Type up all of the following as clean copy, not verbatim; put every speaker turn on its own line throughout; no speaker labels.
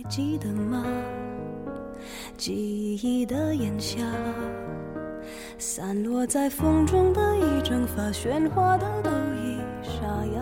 记得吗？记忆的炎夏，散落在风中的一整发，喧哗的都已沙哑，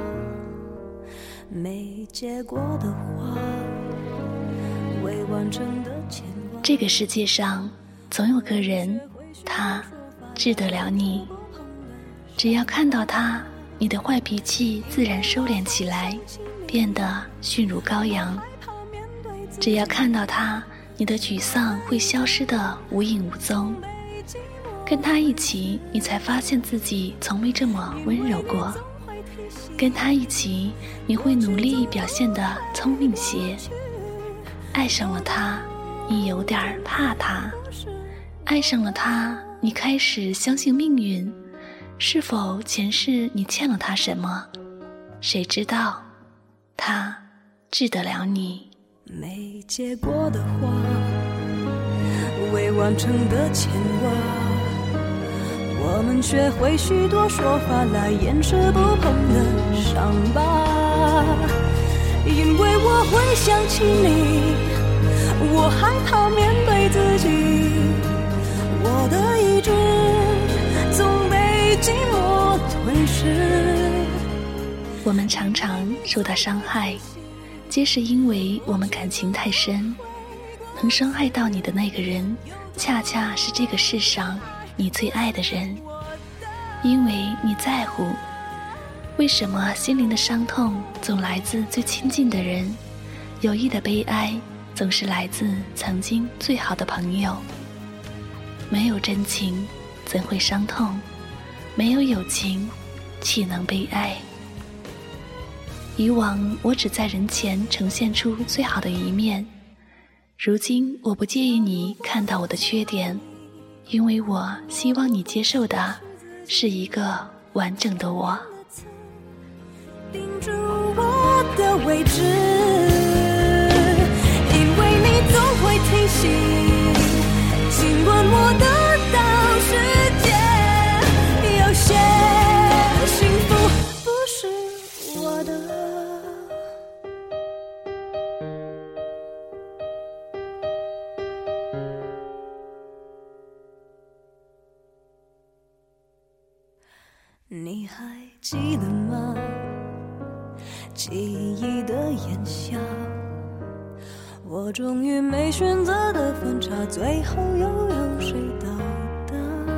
没结果的花，未完成的牵挂。
这个世界上总有个人，他治得了你。只要看到他，你的坏脾气自然收敛起来，变得驯如羔羊。只要看到他，你的沮丧会消失得无影无踪。跟他一起，你才发现自己从未这么温柔过。跟他一起，你会努力表现得聪明些。爱上了他，你有点怕他。爱上了他，你开始相信命运。是否前世你欠了他什么？谁知道？他治得了你。
没结果的花，未完成的牵挂，我们学会许多说法来掩饰不碰的伤疤。因为我会想起你，我害怕面对自己，我的意志总被寂寞吞噬。
我们常常受到伤害，皆是因为我们感情太深。能伤害到你的那个人，恰恰是这个世上你最爱的人。因为你在乎。为什么心灵的伤痛总来自最亲近的人？友谊的悲哀总是来自曾经最好的朋友。没有真情，怎会伤痛？没有友情，岂能悲哀？以往我只在人前呈现出最好的一面，如今我不介意你看到我的缺点，因为我希望你接受的是一个完整的我。
定住我的位置，因为你总会提醒，尽管我得到世界，有些幸福不是我的。你还记得吗？记忆的炎夏，我终于没选择的分岔，最后又有谁到达？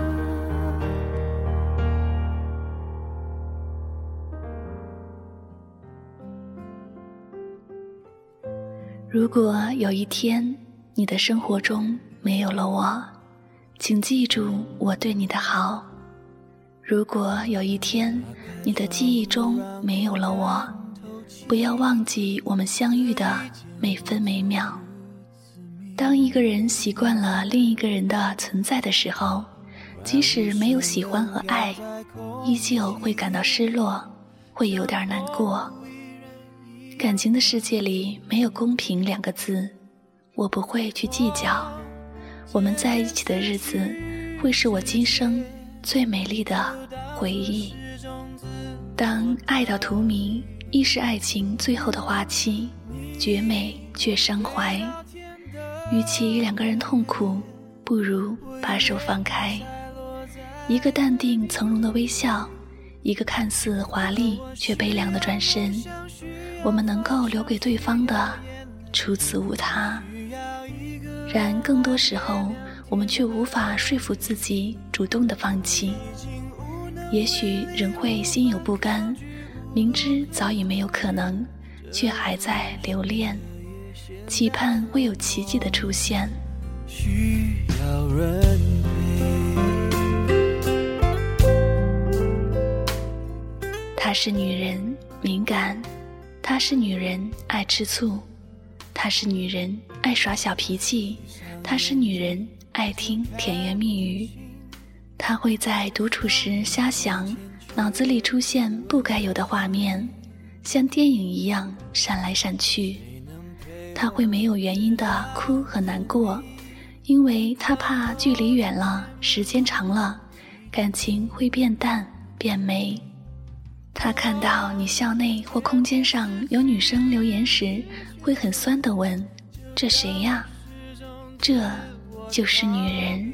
如果有一天你的生活中没有了我，请记住我对你的好。如果有一天你的记忆中没有了我，不要忘记我们相遇的每分每秒。当一个人习惯了另一个人的存在的时候，即使没有喜欢和爱，依旧会感到失落，会有点难过。感情的世界里没有公平2个字，我不会去计较。我们在一起的日子会是我今生最美丽的回忆。当爱到荼蘼，亦是爱情最后的花期，绝美却伤怀。与其2个人痛苦，不如把手放开。一个淡定从容的微笑，一个看似华丽却悲凉的转身。我们能够留给对方的，除此无他。然更多时候，我们却无法说服自己主动的放弃。也许仍会心有不甘，明知早已没有可能，却还在留恋，期盼会有奇迹的出现。
需要人陪。
她是女人，敏感；她是女人，爱吃醋；她是女人，爱耍小脾气；她是女人，爱听甜言蜜语。她会在独处时瞎想，脑子里出现不该有的画面，像电影一样闪来闪去。她会没有原因的哭和难过，因为她怕距离远了，时间长了，感情会变淡变没。 他看到你校内或空间上有女生留言时，会很酸地问：这谁呀？这就是女人。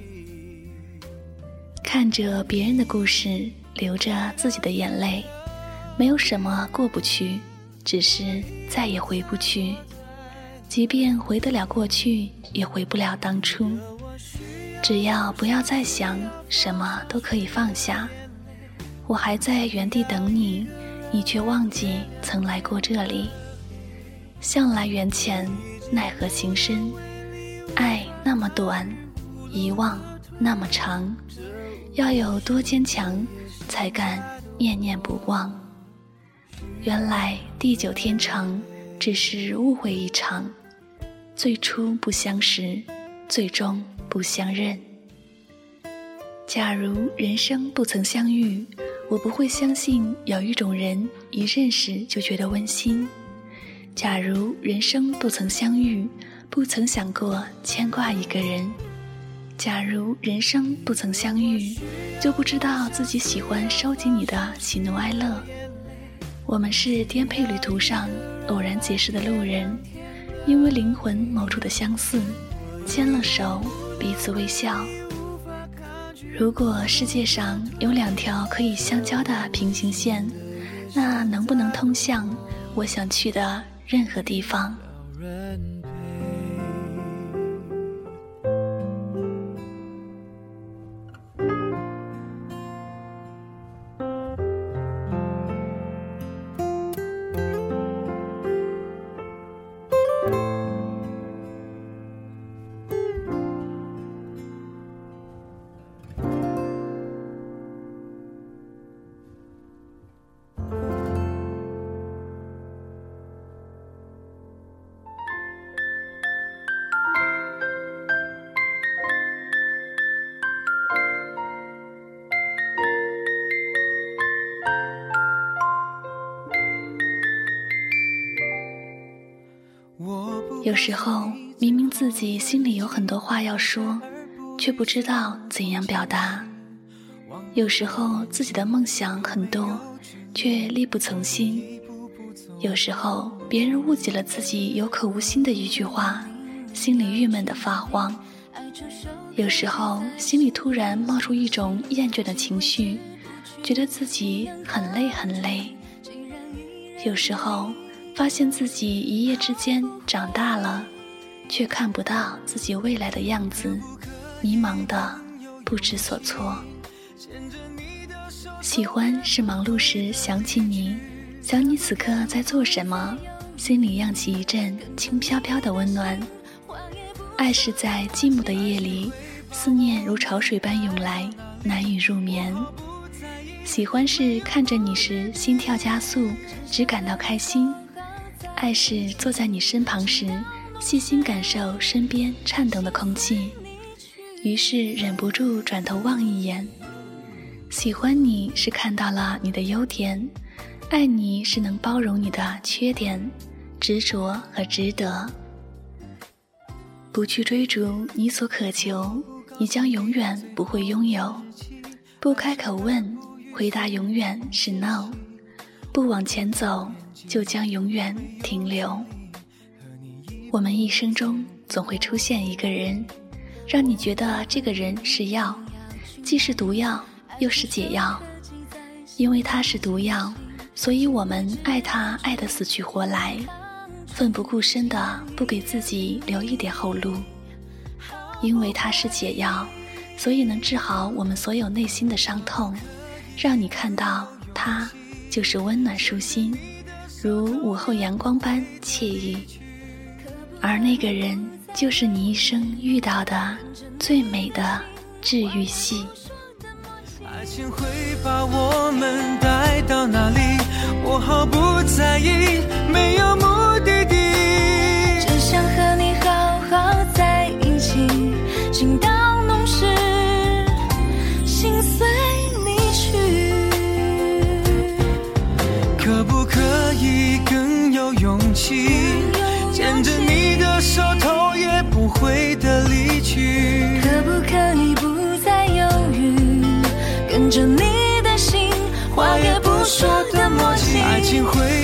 看着别人的故事，流着自己的眼泪，没有什么过不去，只是再也回不去。即便回得了过去，也回不了当初。只要不要再想，什么都可以放下。我还在原地等你，你却忘记曾来过这里。向来缘浅，奈何情深。爱那么短，遗忘那么长。要有多坚强，才敢念念不忘。原来地久天长，只是误会一场。最初不相识，最终不相认。假如人生不曾相遇，我不会相信有一种人一认识就觉得温馨。假如人生不曾相遇，不曾想过牵挂一个人。假如人生不曾相遇，就不知道自己喜欢收集你的喜怒哀乐。我们是颠沛旅途上偶然结识的路人，因为灵魂某处的相似，牵了手，彼此微笑。如果世界上有2条可以相交的平行线，那能不能通向我想去的任何地方？有时候明明自己心里有很多话要说，却不知道怎样表达。有时候自己的梦想很多，却力不从心。有时候别人误解了自己有口无心的一句话，心里郁闷得发慌。有时候心里突然冒出一种厌倦的情绪，觉得自己很累很累。有时候发现自己一夜之间长大了，却看不到自己未来的样子，迷茫的不知所措。喜欢是忙碌时想起你，想你此刻在做什么，心里漾起一阵轻飘飘的温暖。爱是在寂寞的夜里，思念如潮水般涌来，难以入眠。喜欢是看着你时心跳加速，只感到开心。爱是坐在你身旁时，细心感受身边颤动的空气，于是忍不住转头望一眼。喜欢你是看到了你的优点，爱你是能包容你的缺点，执着和值得。不去追逐你所渴求，你将永远不会拥有。不开口问，回答永远是 no。 不往前走，就将永远停留。我们一生中总会出现一个人，让你觉得这个人是药，既是毒药又是解药。因为他是毒药，所以我们爱他爱得死去活来，奋不顾身的不给自己留一点后路。因为他是解药，所以能治好我们所有内心的伤痛，让你看到他就是温暖舒心，如午后阳光般惬意。而那个人就是你一生遇到的最美的治愈系。
爱情会把我们带到哪里，我毫不在意，没有目的地，
只想和你好好在一起，情到浓时心随你去。
可不可以更有勇气，牵着你的手头也不会的离去。
可不可以不再犹豫，跟着你的心，话也不说的
紧回